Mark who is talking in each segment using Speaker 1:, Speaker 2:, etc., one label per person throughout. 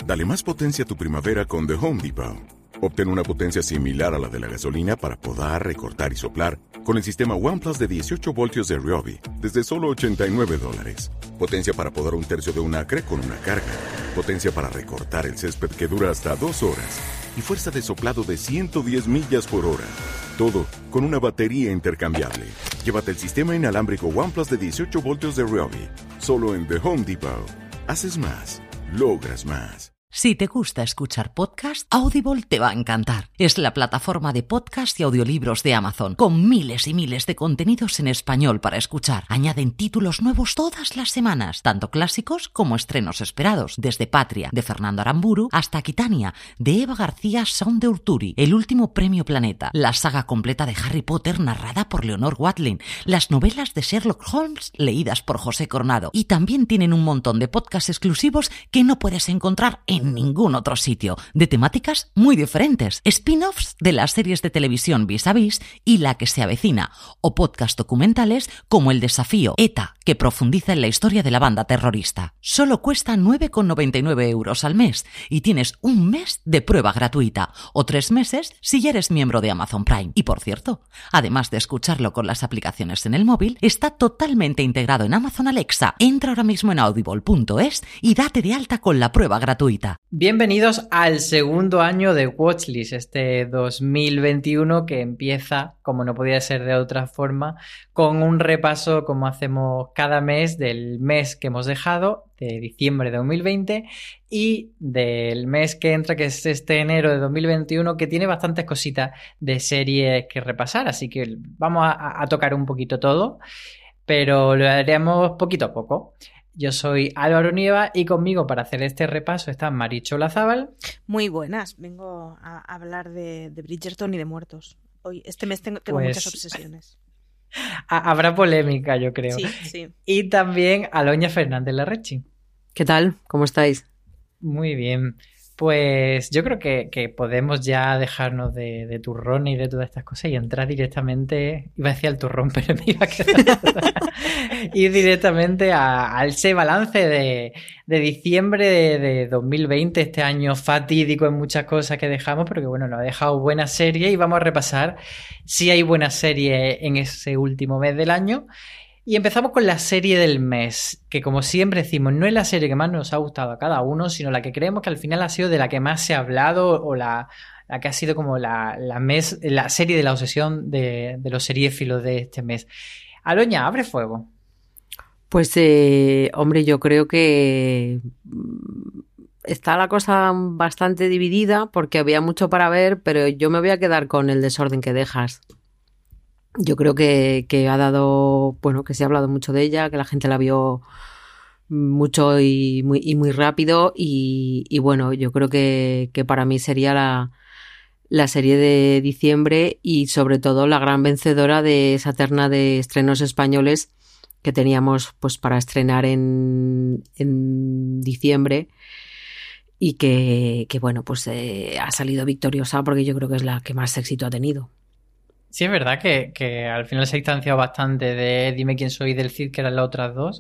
Speaker 1: Dale más potencia a tu primavera con The Home Depot. Obtén una potencia similar a la de la gasolina para podar, recortar y soplar con el sistema OnePlus de 18 voltios de Ryobi desde solo $89. Potencia para podar un tercio de un acre con una carga. Potencia para recortar el césped que dura hasta 2 horas. Y fuerza de soplado de 110 millas por hora. Todo con una batería intercambiable. Llévate el sistema inalámbrico OnePlus de 18 voltios de Ryobi. Solo en The Home Depot. Haces más. Logras más.
Speaker 2: Si te gusta escuchar podcast, Audible te va a encantar. Es la plataforma de podcast y audiolibros de Amazon, con miles y miles de contenidos en español para escuchar. Añaden títulos nuevos todas las semanas, tanto clásicos como estrenos esperados, desde Patria, de Fernando Aramburu, hasta Aquitania, de Eva García Son de Urturi, El último premio Planeta, la saga completa de Harry Potter narrada por Leonor Watling, las novelas de Sherlock Holmes leídas por José Coronado, y también tienen un montón de podcasts exclusivos que no puedes encontrar en ningún otro sitio, de temáticas muy diferentes, spin-offs de las series de televisión Vis a Vis y La que se avecina, o podcast documentales como El desafío ETA, que profundiza en la historia de la banda terrorista. Solo cuesta 9,99 € al mes y tienes un mes de prueba gratuita o 3 meses si ya eres miembro de Amazon Prime. Y por cierto, además de escucharlo con las aplicaciones en el móvil, está totalmente integrado en Amazon Alexa. Entra ahora mismo en audible.es y date de alta con la prueba gratuita.
Speaker 3: Bienvenidos al segundo año de Watchlist, este 2021 que empieza, como no podía ser de otra forma, con un repaso, como hacemos cada mes, del mes que hemos dejado, de diciembre de 2020, y del mes que entra, que es este enero de 2021, que tiene bastantes cositas de series que repasar, así que vamos a tocar un poquito todo, pero lo haremos poquito a poco. Yo soy Álvaro Nieva y conmigo para hacer este repaso está Maricho Olazábal.
Speaker 4: Muy buenas, vengo a hablar de Bridgerton y de muertos. Hoy, este mes tengo muchas obsesiones.
Speaker 3: Habrá polémica, yo creo.
Speaker 4: Sí, sí.
Speaker 3: Y también Aloña Fernández Larrechi.
Speaker 5: ¿Qué tal? ¿Cómo estáis?
Speaker 3: Muy bien. Pues yo creo que podemos ya dejarnos de turrón y de todas estas cosas y entrar directamente, iba a decir al turrón, pero me iba a quedar ir directamente a ese balance de diciembre de 2020, este año fatídico en muchas cosas que dejamos, pero que bueno, nos ha dejado buena serie y vamos a repasar si hay buena serie en ese último mes del año. Y empezamos con la serie del mes, que como siempre decimos, no es la serie que más nos ha gustado a cada uno, sino la que creemos que al final ha sido de la que más se ha hablado o la que ha sido como la serie de la obsesión de los seriéfilos de este mes. Aloña, abre fuego.
Speaker 5: Pues, hombre, yo creo que está la cosa bastante dividida porque había mucho para ver, pero yo me voy a quedar con El desorden que dejas. Yo creo que ha dado, bueno, que se ha hablado mucho de ella, que la gente la vio mucho y muy rápido y bueno, yo creo que para mí sería la serie de diciembre y sobre todo la gran vencedora de esa terna de estrenos españoles que teníamos pues para estrenar en diciembre y que bueno, pues ha salido victoriosa porque yo creo que es la que más éxito ha tenido.
Speaker 3: Sí, es verdad que al final se ha distanciado bastante de Dime quién soy del Cid, que eran las otras dos.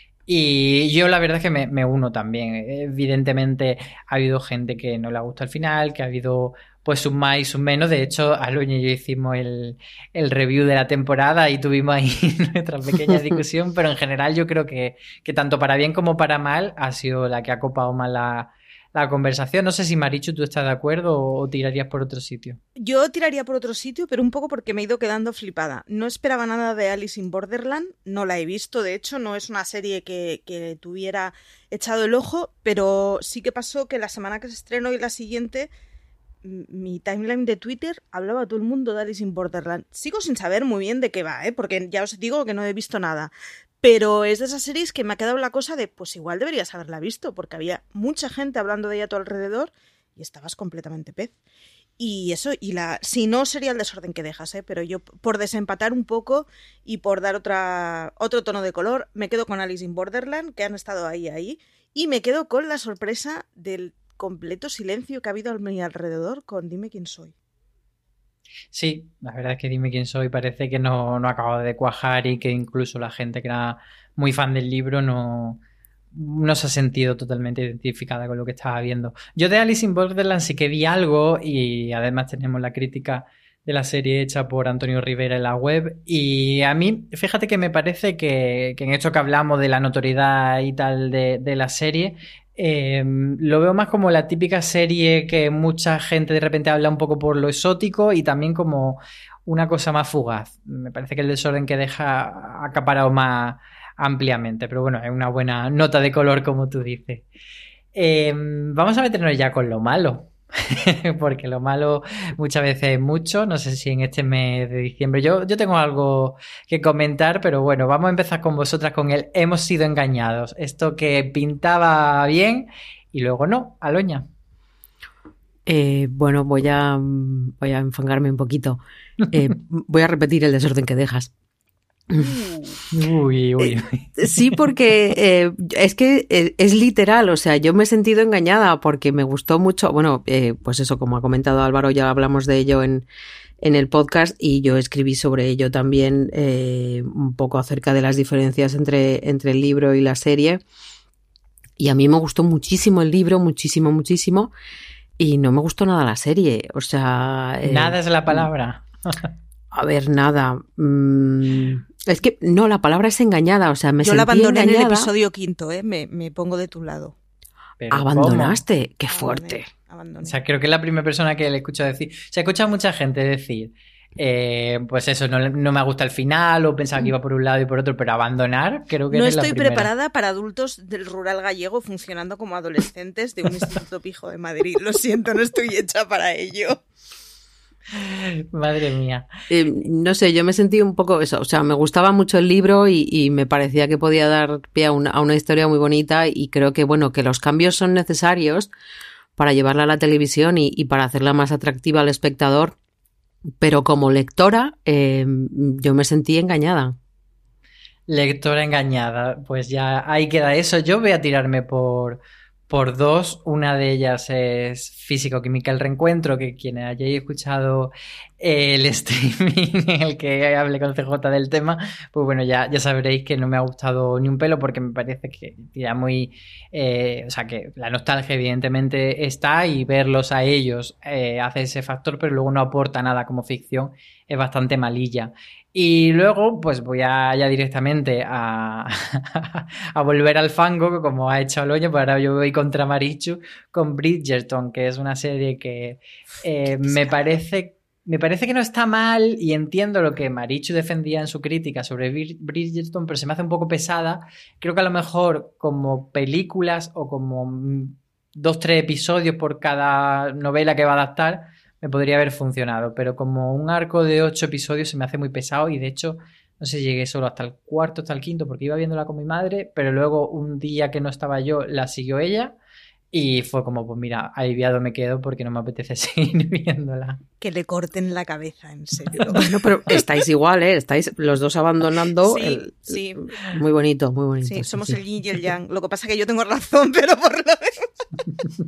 Speaker 3: Y yo la verdad es que me uno también. Evidentemente ha habido gente que no le ha gustado al final, que ha habido pues sus más y sus menos. De hecho, Aloña y yo hicimos el review de la temporada y tuvimos ahí nuestra pequeña discusión, pero en general yo creo que tanto para bien como para mal ha sido la que ha copado más la conversación. No sé si Marichu tú estás de acuerdo o tirarías por otro sitio.
Speaker 4: Yo tiraría por otro sitio, pero un poco porque me he ido quedando flipada. No esperaba nada de Alice in Borderland, no la he visto, de hecho, no es una serie que tuviera echado el ojo, pero sí que pasó que la semana que se estrenó y la siguiente, mi timeline de Twitter hablaba todo el mundo de Alice in Borderland. Sigo sin saber muy bien de qué va, porque ya os digo que no he visto nada. Pero es de esas series que me ha quedado la cosa de, pues igual deberías haberla visto, porque había mucha gente hablando de ella a tu alrededor y estabas completamente pez. Y eso, si no sería El desorden que dejas, pero yo por desempatar un poco y por dar otro tono de color, me quedo con Alice in Borderland, que han estado ahí, y me quedo con la sorpresa del completo silencio que ha habido a mi alrededor con Dime quién soy.
Speaker 3: Sí, la verdad es que Dime quién soy parece que no ha acabado de cuajar y que incluso la gente que era muy fan del libro no no se ha sentido totalmente identificada con lo que estaba viendo. Yo de Alice in Borderland sí que vi algo y además tenemos la crítica de la serie hecha por Antonio Rivera en la web y a mí, fíjate que me parece que en esto que hablamos de la notoriedad y tal de la serie, lo veo más como la típica serie que mucha gente de repente habla un poco por lo exótico y también como una cosa más fugaz. Me parece que el desorden que deja ha acaparado más ampliamente, pero bueno, es una buena nota de color como tú dices. Vamos a meternos ya con lo malo. Porque lo malo muchas veces es mucho. No sé si en este mes de diciembre yo tengo algo que comentar, pero bueno, vamos a empezar con vosotras con el hemos sido engañados. Esto que pintaba bien y luego no, Aloña.
Speaker 5: Bueno, voy a enfangarme un poquito. Voy a repetir el desorden que dejas.
Speaker 3: Uy.
Speaker 5: Sí, porque es que es literal, o sea, yo me he sentido engañada porque me gustó mucho, bueno, pues eso, como ha comentado Álvaro, ya hablamos de ello en el podcast y yo escribí sobre ello también un poco acerca de las diferencias entre el libro y la serie y a mí me gustó muchísimo el libro, muchísimo y no me gustó nada la serie, o sea...
Speaker 3: Nada es la palabra.
Speaker 5: A ver, nada... Es que, no, la palabra es engañada, o sea, me sentí engañada.
Speaker 4: Yo la abandoné en el episodio 5, me pongo de tu lado.
Speaker 5: ¿Abandonaste?
Speaker 3: ¿Cómo?
Speaker 5: ¡Qué fuerte!
Speaker 4: Abandoné.
Speaker 3: O sea, creo que es la primera persona que le escucho decir... Se escucha a mucha gente decir, pues eso, no me gusta el final, o pensaba que iba por un lado y por otro, pero abandonar, creo que
Speaker 4: no
Speaker 3: es la
Speaker 4: estoy
Speaker 3: primera.
Speaker 4: preparada para adultos del rural gallego funcionando como adolescentes de un instituto pijo de Madrid. Lo siento, no estoy hecha para ello.
Speaker 3: Madre mía.
Speaker 5: No sé, yo me sentí un poco eso, o sea, me gustaba mucho el libro y me parecía que podía dar pie a una historia muy bonita y creo que, bueno, que los cambios son necesarios para llevarla a la televisión y para hacerla más atractiva al espectador, pero como lectora yo me sentí engañada.
Speaker 3: Lectora engañada, pues ya ahí queda eso. Yo voy a tirarme por dos. Una de ellas es Físico-Química el Reencuentro, que quienes hayáis escuchado el streaming en el que hablé con CJ del tema, pues bueno, ya sabréis que no me ha gustado ni un pelo porque me parece que tira muy... o sea, que la nostalgia evidentemente está y verlos a ellos hace ese factor, pero luego no aporta nada como ficción, es bastante malilla. Y luego, pues voy ya directamente a volver al fango, como ha hecho Aloña, pues ahora yo voy contra Marichu con Bridgerton, que es una serie que me parece que no está mal y entiendo lo que Marichu defendía en su crítica sobre Bridgerton, pero se me hace un poco pesada. Creo que a lo mejor como películas o como 2-3 episodios por cada novela que va a adaptar, me podría haber funcionado, pero como un arco de 8 episodios se me hace muy pesado y de hecho no sé si llegué solo hasta el cuarto, hasta el quinto porque iba viéndola con mi madre, pero luego un día que no estaba yo la siguió ella y fue como, pues mira, aliviado me quedo porque no me apetece seguir viéndola.
Speaker 4: Que le corten la cabeza, en serio.
Speaker 5: Bueno, pero estáis igual, estáis los dos abandonando.
Speaker 4: Sí.
Speaker 5: Muy bonito, muy bonito.
Speaker 4: Sí, somos el yin y el yang. Lo que pasa es que yo tengo razón, pero por lo demás...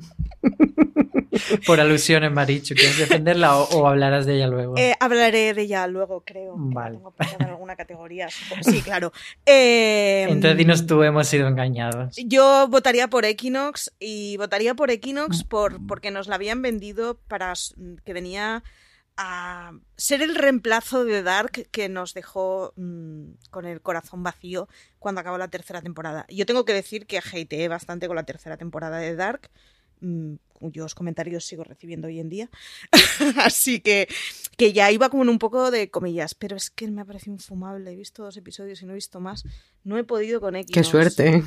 Speaker 3: Por alusiones, Marichu, ¿quieres defenderla o hablarás de ella luego?
Speaker 4: Hablaré de ella luego, creo.
Speaker 3: Vale.
Speaker 4: Tengo apuntada en alguna categoría. Sí, claro.
Speaker 3: Entonces dinos tú, hemos sido engañados.
Speaker 4: Yo votaría por Equinox y votaría por Equinox porque nos la habían vendido para que venía a ser el reemplazo de Dark que nos dejó con el corazón vacío cuando acabó la tercera temporada. Yo tengo que decir que hateé bastante con la tercera temporada de Dark, cuyos comentarios sigo recibiendo hoy en día. Así que ya iba como en un poco de comillas, pero es que me ha parecido infumable. He visto 2 episodios y no he visto más. No he podido con Equinox.
Speaker 5: ¡Qué suerte!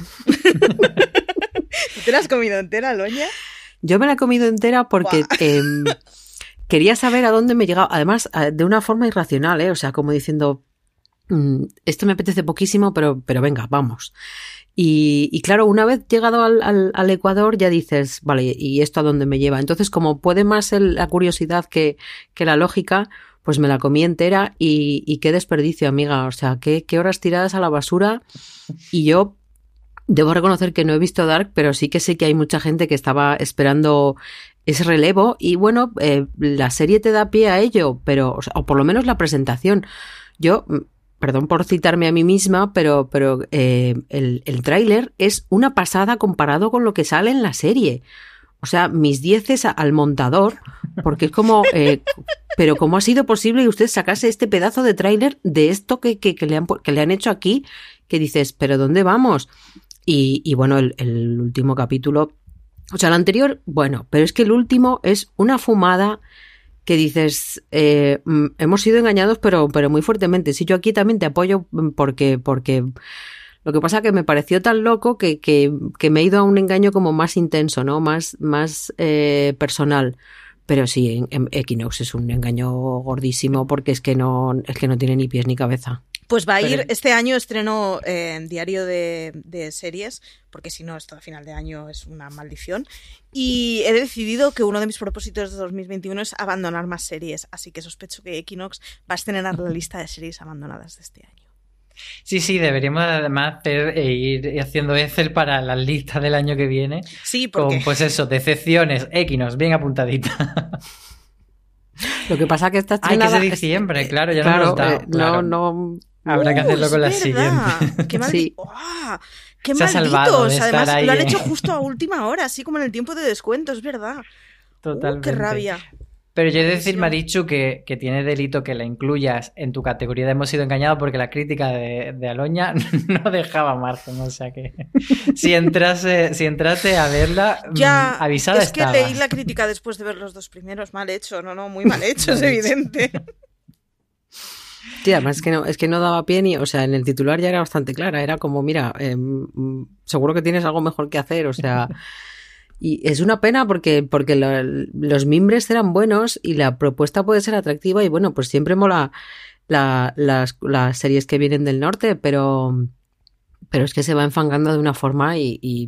Speaker 4: ¿Tú te la has comido entera, Aloña?
Speaker 5: Yo me la he comido entera porque quería saber a dónde me llegaba. Además, de una forma irracional, o sea, como diciendo, esto me apetece poquísimo, pero venga, vamos. Y claro, una vez llegado al Ecuador ya dices, vale, ¿y esto a dónde me lleva? Entonces, como puede más la curiosidad que la lógica, pues me la comí entera y qué desperdicio, amiga. O sea, qué horas tiradas a la basura. Y yo debo reconocer que no he visto Dark, pero sí que sé que hay mucha gente que estaba esperando ese relevo y bueno, la serie te da pie a ello, pero o por lo menos la presentación. Yo perdón por citarme a mí misma, pero el tráiler es una pasada comparado con lo que sale en la serie. O sea, mis 10 al montador, porque es como, pero ¿cómo ha sido posible que usted sacase este pedazo de tráiler de esto que le han hecho aquí? Que dices, ¿pero dónde vamos? Y bueno, el último capítulo, o sea, el anterior, bueno, pero es que el último es una fumada que dices, hemos sido engañados, pero muy fuertemente. Sí, yo aquí también te apoyo porque lo que pasa es que me pareció tan loco que me he ido a un engaño como más intenso, ¿no? Más personal. Pero sí, en Equinox es un engaño gordísimo porque es que no tiene ni pies ni cabeza.
Speaker 4: Pues va a ir, este año estreno diario de series, porque si no, esto a final de año es una maldición. Y he decidido que uno de mis propósitos de 2021 es abandonar más series, así que sospecho que Equinox va a estrenar la lista de series abandonadas de este año.
Speaker 3: Sí, deberíamos además ir haciendo Excel para las listas del año que viene.
Speaker 4: Sí, porque...
Speaker 3: Con, pues eso, decepciones, Equinox, bien apuntadita.
Speaker 5: Lo que pasa que está estrenada...
Speaker 3: que es diciembre, claro, ya no nos da. Claro.
Speaker 5: No...
Speaker 3: Habrá que hacerlo con la siguiente.
Speaker 4: ¡Qué maldito!
Speaker 5: Sí.
Speaker 4: ¡Oh! ¡Qué
Speaker 3: se
Speaker 4: malditos! Además,
Speaker 3: ahí,
Speaker 4: lo han hecho justo a última hora, así como en el tiempo de descuento, es verdad.
Speaker 3: Totalmente.
Speaker 4: ¡Qué rabia!
Speaker 3: Pero yo he de decir, Marichu, que tiene delito que la incluyas en tu categoría de hemos sido engañados porque la crítica de Aloña no dejaba margen. O sea que si entraste a verla,
Speaker 4: ya,
Speaker 3: avisada estabas.
Speaker 4: Es que leí la crítica después de ver los dos primeros. Mal hecho, no, muy mal hecho, es evidente.
Speaker 5: Sí, además es que no daba pie ni, o sea, en el titular ya era bastante clara, era como, mira, seguro que tienes algo mejor que hacer, o sea, y es una pena porque los mimbres eran buenos y la propuesta puede ser atractiva y bueno, pues siempre mola las series que vienen del norte, pero es que se va enfangando de una forma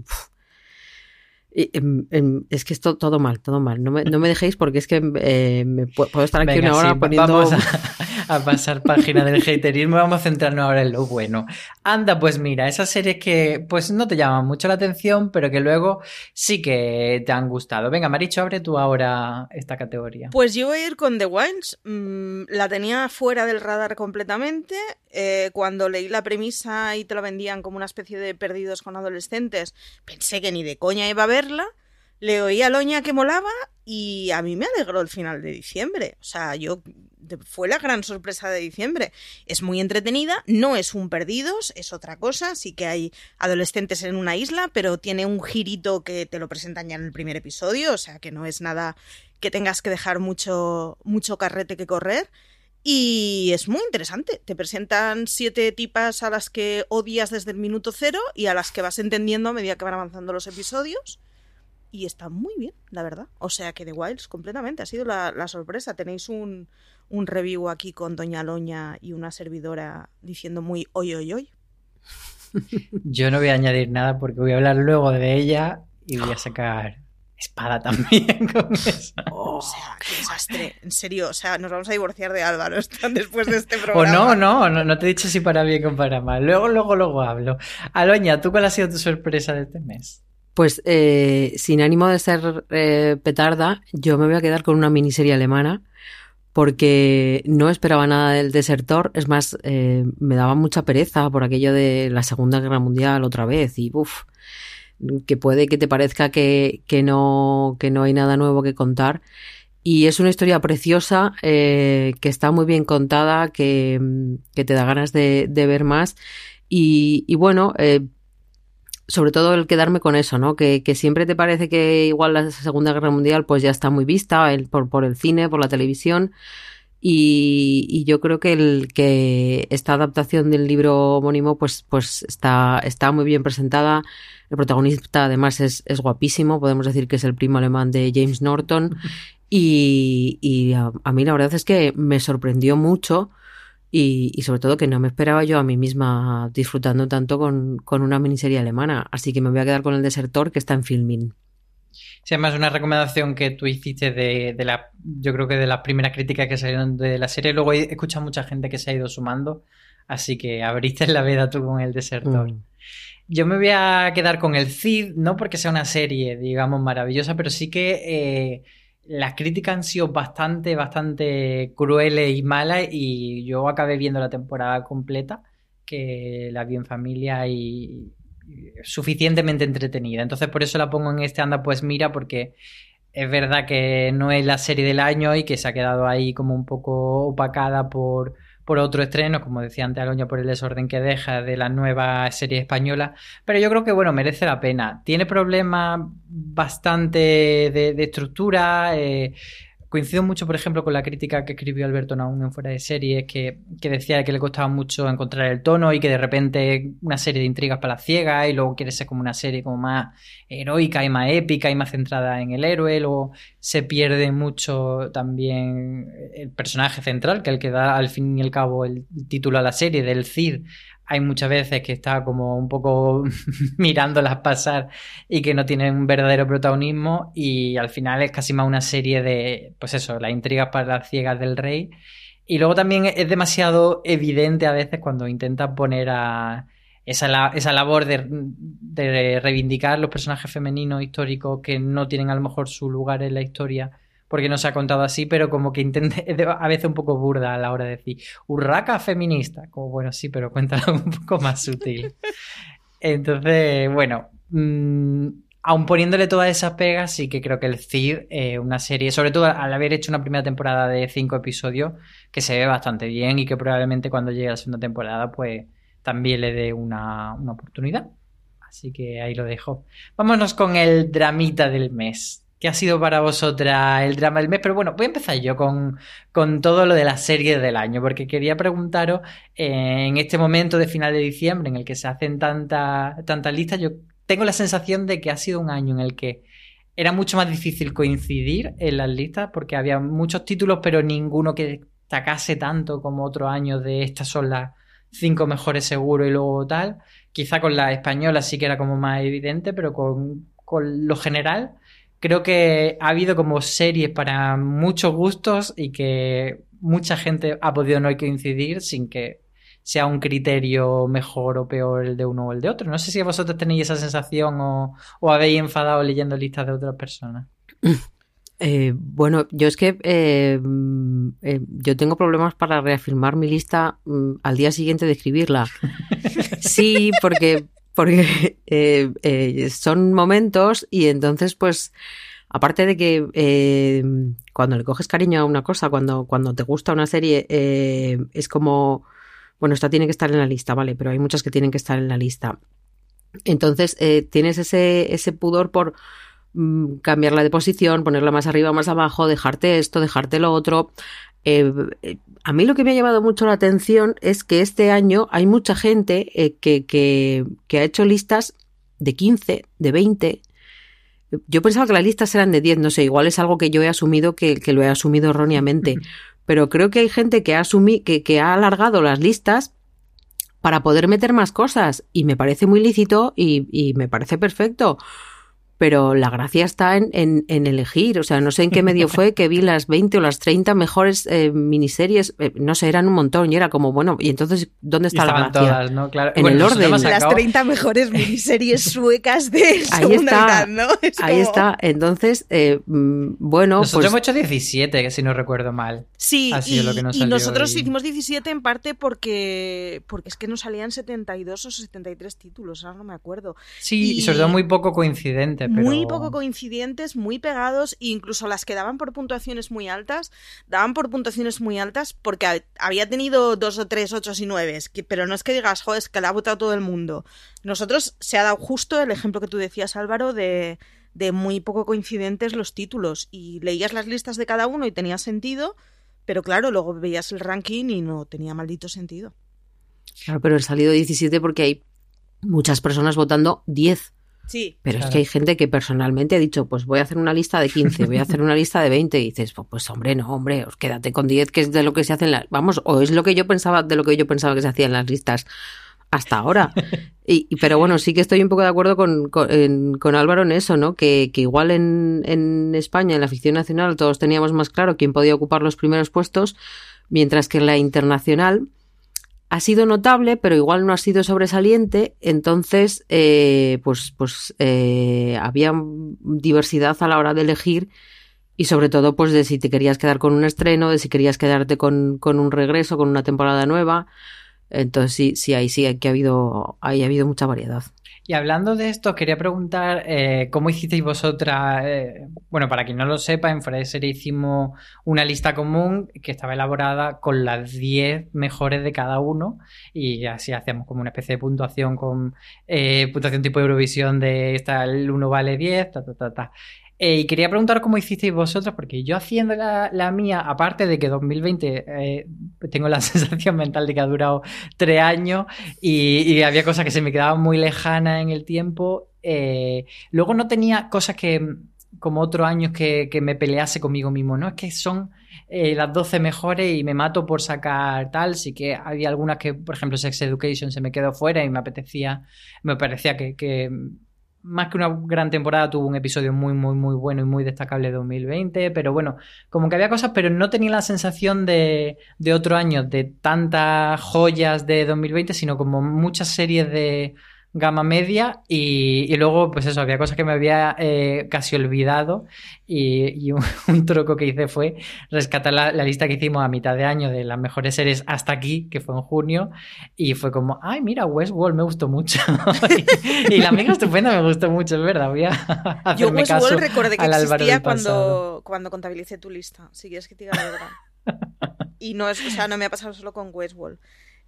Speaker 5: es que es todo mal, no me dejéis porque es que puedo estar aquí una hora poniendo...
Speaker 3: Vamos a pasar página del haterismo, vamos a centrarnos ahora en lo bueno. Anda, pues mira, esas series que pues no te llaman mucho la atención, pero que luego sí que te han gustado. Venga, Maricho, abre tú ahora esta categoría.
Speaker 4: Pues yo voy a ir con The Wilds. La tenía fuera del radar completamente. Cuando leí la premisa y te la vendían como una especie de Perdidos con adolescentes, pensé que ni de coña iba a verla. Le oí a Loña que molaba y a mí me alegró el final de diciembre. O sea, fue la gran sorpresa de diciembre. Es muy entretenida, no es un Perdidos, es otra cosa. Sí que hay adolescentes en una isla, pero tiene un girito que te lo presentan ya en el primer episodio. O sea, que no es nada que tengas que dejar mucho carrete que correr. Y es muy interesante. Te presentan 7 tipas a las que odias desde el minuto 0 y a las que vas entendiendo a medida que van avanzando los episodios. Y está muy bien, la verdad. O sea que The Wilds completamente ha sido la sorpresa. Tenéis un review aquí con Doña Loña y una servidora diciendo muy oy.
Speaker 3: Yo no voy a añadir nada porque voy a hablar luego de ella y voy a sacar espada también con eso.
Speaker 4: O sea, qué desastre. En serio, o sea, nos vamos a divorciar de Álvaro después de este programa.
Speaker 3: O no te he dicho si para bien o para mal. Luego hablo. Aloña, ¿tú cuál ha sido tu sorpresa de este mes?
Speaker 5: Pues sin ánimo de ser petarda, yo me voy a quedar con una miniserie alemana porque no esperaba nada del Desertor. Es más, me daba mucha pereza por aquello de la Segunda Guerra Mundial otra vez y que puede que te parezca que no hay nada nuevo que contar. Y es una historia preciosa, que está muy bien contada, que te da ganas de ver más. Y bueno, sobre todo el quedarme con eso, ¿no? Que siempre te parece que igual la Segunda Guerra Mundial pues ya está muy vista por el cine, por la televisión. Y yo creo que esta adaptación del libro homónimo pues está muy bien presentada. El protagonista además es guapísimo, podemos decir que es el primo alemán de James Norton. Y a mí la verdad es que me sorprendió mucho. Y sobre todo que no me esperaba yo a mí misma disfrutando tanto con una miniserie alemana. Así que me voy a quedar con El Desertor, que está en Filmin.
Speaker 3: Sí, además una recomendación que tú hiciste yo creo que de las primeras críticas que salieron de la serie. Luego he escuchado mucha gente que se ha ido sumando, así que abriste la veda tú con El Desertor. Yo me voy a quedar con El Cid, no porque sea una serie, digamos, maravillosa, pero sí que las críticas han sido bastante crueles y malas, y yo acabé viendo la temporada completa, que la vi en familia y suficientemente entretenida. Entonces por eso la pongo en este Anda Pues Mira, porque es verdad que no es la serie del año y que se ha quedado ahí como un poco opacada por otro estreno, como decía antes Aloña, por el desorden que deja de la nueva serie española, pero yo creo que, bueno, merece la pena. Tiene problemas bastante de estructura. Coincido mucho, por ejemplo, con la crítica que escribió Alberto Naún en Fuera de Series, que decía que le costaba mucho encontrar el tono y que de repente una serie de intrigas para las ciegas y luego quiere ser como una serie como más heroica y más épica y más centrada en el héroe. Luego se pierde mucho también el personaje central, que es el que da al fin y al cabo el título a la serie, del Cid. Hay muchas veces que está como un poco mirándolas pasar y que no tienen un verdadero protagonismo, y al final es casi más una serie de, pues eso, las intrigas para las ciegas del rey. Y luego también es demasiado evidente a veces cuando intenta poner a esa labor de reivindicar los personajes femeninos históricos que no tienen a lo mejor su lugar en la historia, porque no se ha contado así, pero como que intente, a veces un poco burda a la hora de decir urraca feminista, como bueno, sí, pero cuéntalo un poco más sutil. Entonces, bueno, aun poniéndole todas esas pegas, sí que creo que el Cid, una serie, sobre todo al haber hecho una primera temporada de 5 episodios, que se ve bastante bien y que probablemente cuando llegue la segunda temporada, pues también le dé una oportunidad. Así que ahí lo dejo. Vámonos con el dramita del mes. ¿Qué ha sido para vosotras el drama del mes? Pero bueno, voy a empezar yo con todo lo de las series del año, porque quería preguntaros, en este momento de final de diciembre en el que se hacen tantas listas, yo tengo la sensación de que ha sido un año en el que era mucho más difícil coincidir en las listas, porque había muchos títulos, pero ninguno que destacase tanto como otros años de estas son las 5 mejores seguro y luego tal. Quizá con la española sí que era como más evidente, pero con lo general creo que ha habido como series para muchos gustos y que mucha gente ha podido no coincidir sin que sea un criterio mejor o peor el de uno o el de otro. No sé si vosotros tenéis esa sensación o habéis enfadado leyendo listas de otras personas.
Speaker 5: Bueno, yo es que yo tengo problemas para reafirmar mi lista al día siguiente de escribirla. Sí, porque son momentos, y entonces pues aparte de que cuando le coges cariño a una cosa, cuando te gusta una serie, es como, bueno, esta tiene que estar en la lista, vale, pero hay muchas que tienen que estar en la lista. Entonces tienes ese pudor por cambiarla de posición, ponerla más arriba, más abajo, dejarte esto, dejarte lo otro. A mí lo que me ha llamado mucho la atención es que este año hay mucha gente que ha hecho listas de 15, de 20. Yo pensaba que las listas eran de 10, no sé, igual es algo que yo he asumido, que lo he asumido erróneamente, pero creo que hay gente que ha alargado las listas para poder meter más cosas, y me parece muy lícito y me parece perfecto. Pero la gracia está en elegir. O sea, no sé en qué medio fue que vi las 20 o las 30 mejores miniseries. No sé, eran un montón. Y era como, bueno, ¿y entonces dónde está la gracia?
Speaker 3: Todas, ¿no? Claro.
Speaker 5: En el orden.
Speaker 4: Las 30 mejores miniseries suecas de segunda edad, ¿no?
Speaker 5: Ahí está. Entonces, bueno,
Speaker 3: nosotros
Speaker 5: pues
Speaker 3: hemos hecho 17, que si no recuerdo mal.
Speaker 4: Sí,
Speaker 3: lo que nos
Speaker 4: y
Speaker 3: salió
Speaker 4: nosotros hicimos 17 en parte porque es que nos salían 72 o 73 títulos, ahora no me acuerdo.
Speaker 3: Sí, y sobre todo muy poco coincidente. Pero...
Speaker 4: Muy poco coincidentes, muy pegados, e incluso las que daban por puntuaciones muy altas porque había tenido 2 o 3 8 y 9, pero no es que digas, joder, es que la ha votado todo el mundo. Nosotros se ha dado justo el ejemplo que tú decías, Álvaro, de muy poco coincidentes los títulos, y leías las listas de cada uno y tenía sentido, pero claro, luego veías el ranking y no tenía maldito sentido.
Speaker 5: Claro, pero han salido 17 porque hay muchas personas votando 10.
Speaker 4: Sí,
Speaker 5: pero
Speaker 4: claro.
Speaker 5: Es que hay gente que personalmente ha dicho, pues voy a hacer una lista de 15, voy a hacer una lista de 20, y dices, pues hombre, no, hombre, os quédate con 10, que es de lo que se hacen vamos, o es lo que yo pensaba, de lo que yo pensaba que se hacía en las listas hasta ahora. Pero bueno, sí que estoy un poco de acuerdo con Álvaro en eso, ¿no? Que igual en España, en la ficción nacional, todos teníamos más claro quién podía ocupar los primeros puestos, mientras que en la internacional ha sido notable, pero igual no ha sido sobresaliente. Entonces, había diversidad a la hora de elegir, Y sobre todo, pues de si te querías quedar con un estreno, de si querías quedarte con un regreso, con una temporada nueva. Entonces ahí ha habido mucha variedad.
Speaker 3: Y hablando de esto, quería preguntar cómo hicisteis vosotras. Bueno, para quien no lo sepa, en Fuera de Serie hicimos una lista común que estaba elaborada con las 10 mejores de cada uno, y así hacíamos como una especie de puntuación con puntuación tipo Eurovisión de esta, el 1 vale 10, ta. Y quería preguntar cómo hicisteis vosotros, porque yo haciendo la mía, aparte de que 2020 tengo la sensación mental de que ha durado 3 años y había cosas que se me quedaban muy lejanas en el tiempo, luego no tenía cosas que como otros años que me pelease conmigo mismo, ¿no? Es que son las 12 mejores y me mato por sacar tal. Sí que había algunas que, por ejemplo, Sex Education se me quedó fuera y me parecía que más que una gran temporada, tuvo un episodio muy, muy, muy bueno y muy destacable de 2020, pero bueno, como que había cosas, pero no tenía la sensación de otro año, de tantas joyas de 2020, sino como muchas series de gama media y luego, pues eso, había cosas que me había casi olvidado y un truco que hice fue rescatar la lista que hicimos a mitad de año de las mejores series hasta aquí, que fue en junio, y fue como, ay, mira, Westworld me gustó mucho y La Amiga Estupenda me gustó mucho, es verdad, voy a hacerme
Speaker 4: yo
Speaker 3: caso.
Speaker 4: Yo Westworld recordé que existía
Speaker 3: cuando
Speaker 4: contabilicé tu lista, si quieres que te diga la verdad. Y no es, o sea, no me ha pasado solo con Westworld.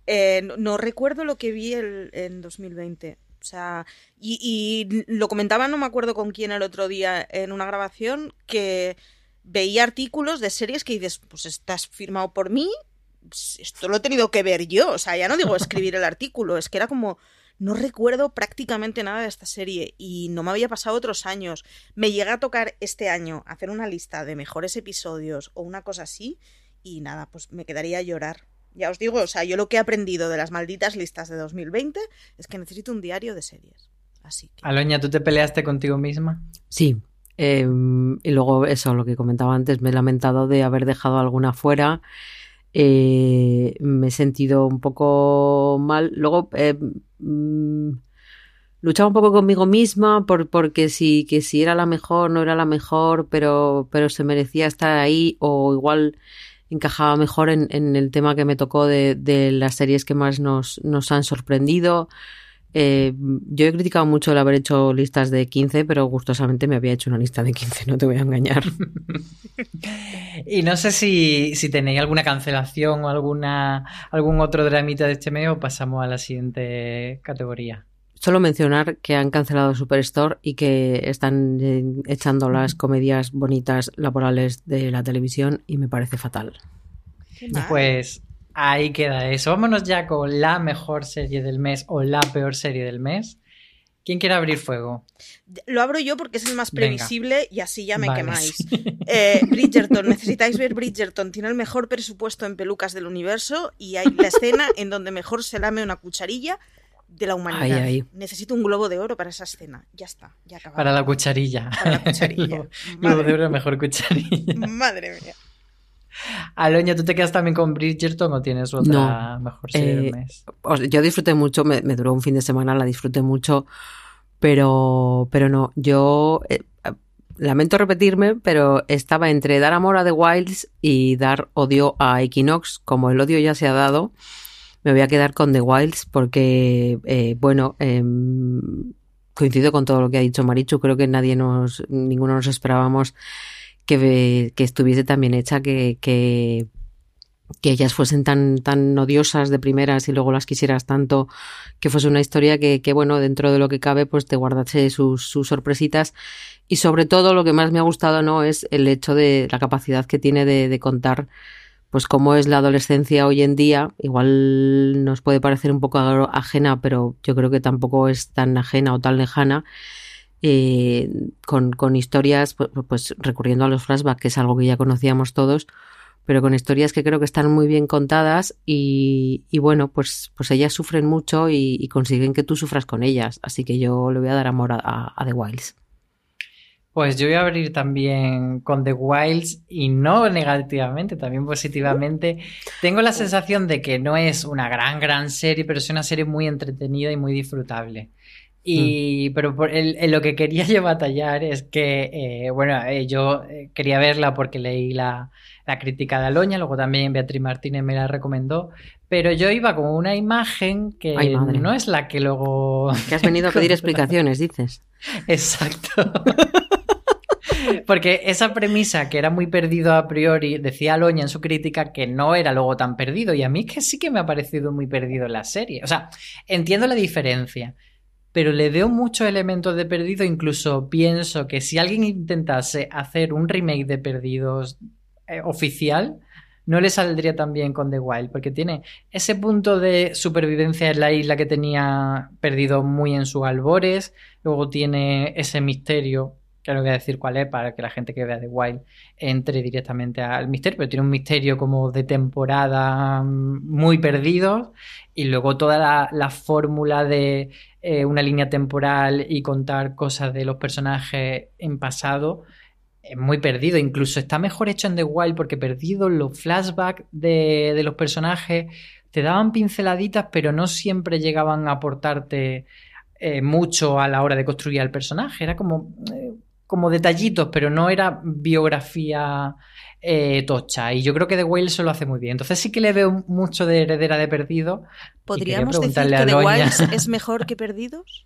Speaker 4: No recuerdo lo que vi en 2020. O sea, y lo comentaba, no me acuerdo con quién el otro día en una grabación, que veía artículos de series que dices, pues estás firmado por mí, pues esto lo he tenido que ver yo. O sea, ya no digo escribir el artículo, es que era como, no recuerdo prácticamente nada de esta serie y no me había pasado otros años. Me llega a tocar este año hacer una lista de mejores episodios o una cosa así y nada, pues me quedaría a llorar. Ya os digo, o sea, yo lo que he aprendido de las malditas listas de 2020 es que necesito un diario de series. Así que...
Speaker 3: Aloña, ¿tú te peleaste contigo misma?
Speaker 5: Sí. Y luego eso, lo que comentaba antes, me he lamentado de haber dejado alguna fuera. Me he sentido un poco mal. Luego luchaba un poco conmigo misma porque que si era la mejor, no era la mejor, pero se merecía estar ahí, o igual encajaba mejor en el tema que me tocó de las series que más nos han sorprendido. Yo he criticado mucho el haber hecho listas de 15, pero gustosamente me había hecho una lista de 15, no te voy a engañar.
Speaker 3: Y no sé si tenéis alguna cancelación o algún otro dramita de este mes, o pasamos a la siguiente categoría.
Speaker 5: Solo mencionar que han cancelado Superstore y que están echando las comedias bonitas laborales de la televisión y me parece fatal.
Speaker 3: Pues ahí queda eso. Vámonos ya con la mejor serie del mes o la peor serie del mes. ¿Quién quiere abrir fuego?
Speaker 4: Lo abro yo porque es el más previsible. Venga. Y así ya me quemáis.
Speaker 3: Sí.
Speaker 4: Bridgerton, necesitáis ver Bridgerton. Tiene el mejor presupuesto en pelucas del universo y hay la escena en donde mejor se lame una cucharilla de la humanidad.
Speaker 5: Ay.
Speaker 4: Necesito un Globo de Oro para esa escena. Ya está, ya acabamos.
Speaker 3: Para la cucharilla.
Speaker 4: Para la cucharilla.
Speaker 3: Globo de Oro, mejor cucharilla.
Speaker 4: Madre mía.
Speaker 3: Aloña, ¿tú te quedas también con Bridgerton o tienes otra mejor serie del mes?
Speaker 5: Yo disfruté mucho, me duró un fin de semana, la disfruté mucho, pero no, yo lamento repetirme, pero estaba entre dar amor a The Wilds y dar odio a Equinox. Como el odio ya se ha dado, me voy a quedar con The Wilds porque, coincido con todo lo que ha dicho Marichu. Creo que ninguno nos esperábamos que estuviese tan bien hecha, que ellas fuesen tan odiosas de primeras y luego las quisieras tanto, que fuese una historia que bueno, dentro de lo que cabe, pues te guardase sus sorpresitas. Y sobre todo lo que más me ha gustado, ¿no?, es el hecho de la capacidad que tiene de contar pues cómo es la adolescencia hoy en día. Igual nos puede parecer un poco ajena, pero yo creo que tampoco es tan ajena o tan lejana, con historias, pues recurriendo a los flashbacks, que es algo que ya conocíamos todos, pero con historias que creo que están muy bien contadas y bueno, pues ellas sufren mucho y consiguen que tú sufras con ellas, así que yo le voy a dar amor a The Wilds.
Speaker 3: Pues yo voy a abrir también con The Wilds, y no negativamente, también positivamente. Tengo la sensación de que no es una gran serie, pero es una serie muy entretenida y muy disfrutable. Pero en lo que quería yo batallar es que, yo quería verla porque leí la crítica de Aloña, luego también Beatriz Martínez me la recomendó, pero yo iba con una imagen que no es la que luego...
Speaker 5: Que has venido a pedir explicaciones, dices.
Speaker 3: Exacto. Porque esa premisa, que era muy perdido a priori, decía Aloña en su crítica que no era luego tan perdido, y a mí es que sí que me ha parecido muy perdido en la serie. O sea, entiendo la diferencia, pero le veo muchos elementos de Perdido. Incluso pienso que si alguien intentase hacer un remake de Perdidos oficial, no le saldría tan bien con The Wild, porque tiene ese punto de supervivencia en la isla que tenía Perdido muy en sus albores, luego tiene ese misterio, que no voy a decir cuál es para que la gente que vea The Wild entre directamente al misterio, pero tiene un misterio como de temporada muy perdido, y luego toda la fórmula de una línea temporal y contar cosas de los personajes en pasado es muy perdido. Incluso está mejor hecho en The Wild porque Perdido, los flashbacks de los personajes te daban pinceladitas, pero no siempre llegaban a aportarte mucho a la hora de construir al personaje. Era como detallitos, pero no era biografía tocha. Y yo creo que The Wild eso lo hace muy bien. Entonces sí que le veo mucho de heredera de Perdido.
Speaker 4: ¿Podríamos decir que The Wild es mejor que Perdidos?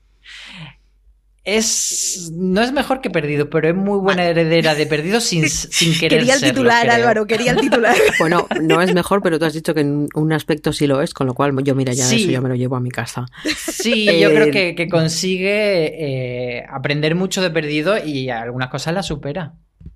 Speaker 3: No es mejor que Perdido, pero es muy buena heredera de Perdido sin querer
Speaker 4: Quería el
Speaker 3: serlo,
Speaker 4: titular,
Speaker 3: creo.
Speaker 4: Álvaro, quería el titular.
Speaker 5: Bueno, no es mejor, pero tú has dicho que en un aspecto sí lo es, con lo cual yo, mira, ya
Speaker 3: Sí.
Speaker 5: eso ya me lo llevo a mi casa.
Speaker 3: Sí, yo creo que consigue aprender mucho de Perdido y algunas cosas las supera.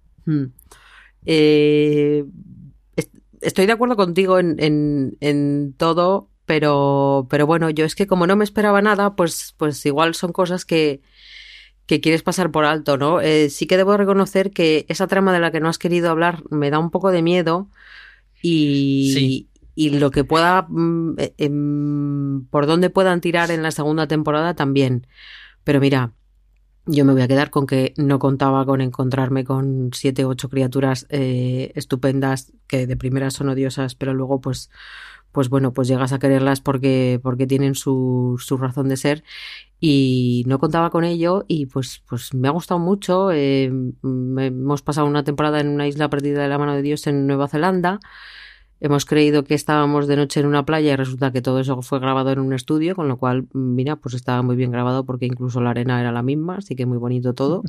Speaker 5: Estoy de acuerdo contigo en todo, pero bueno, yo es que como no me esperaba nada, pues igual son cosas que quieres pasar por alto, ¿no? Sí que debo reconocer que esa trama de la que no has querido hablar me da un poco de miedo y lo que pueda, por dónde puedan tirar en la segunda temporada también. Pero mira, yo me voy a quedar con que no contaba con encontrarme con 7 u 8 criaturas estupendas que de primera son odiosas, pero luego pues bueno, pues llegas a quererlas porque tienen su razón de ser, y no contaba con ello, y pues me ha gustado mucho. Hemos pasado una temporada en una isla perdida de la mano de Dios en Nueva Zelanda. Hemos creído que estábamos de noche en una playa y resulta que todo eso fue grabado en un estudio, con lo cual, mira, pues estaba muy bien grabado porque incluso la arena era la misma, así que muy bonito todo.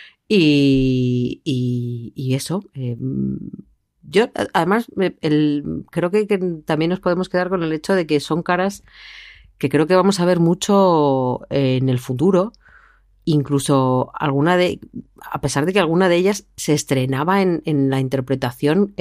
Speaker 5: Y eso, yo además creo que también nos podemos quedar con el hecho de que son caras que creo que vamos a ver mucho en el futuro. Incluso a pesar de que alguna de ellas se estrenaba en la interpretación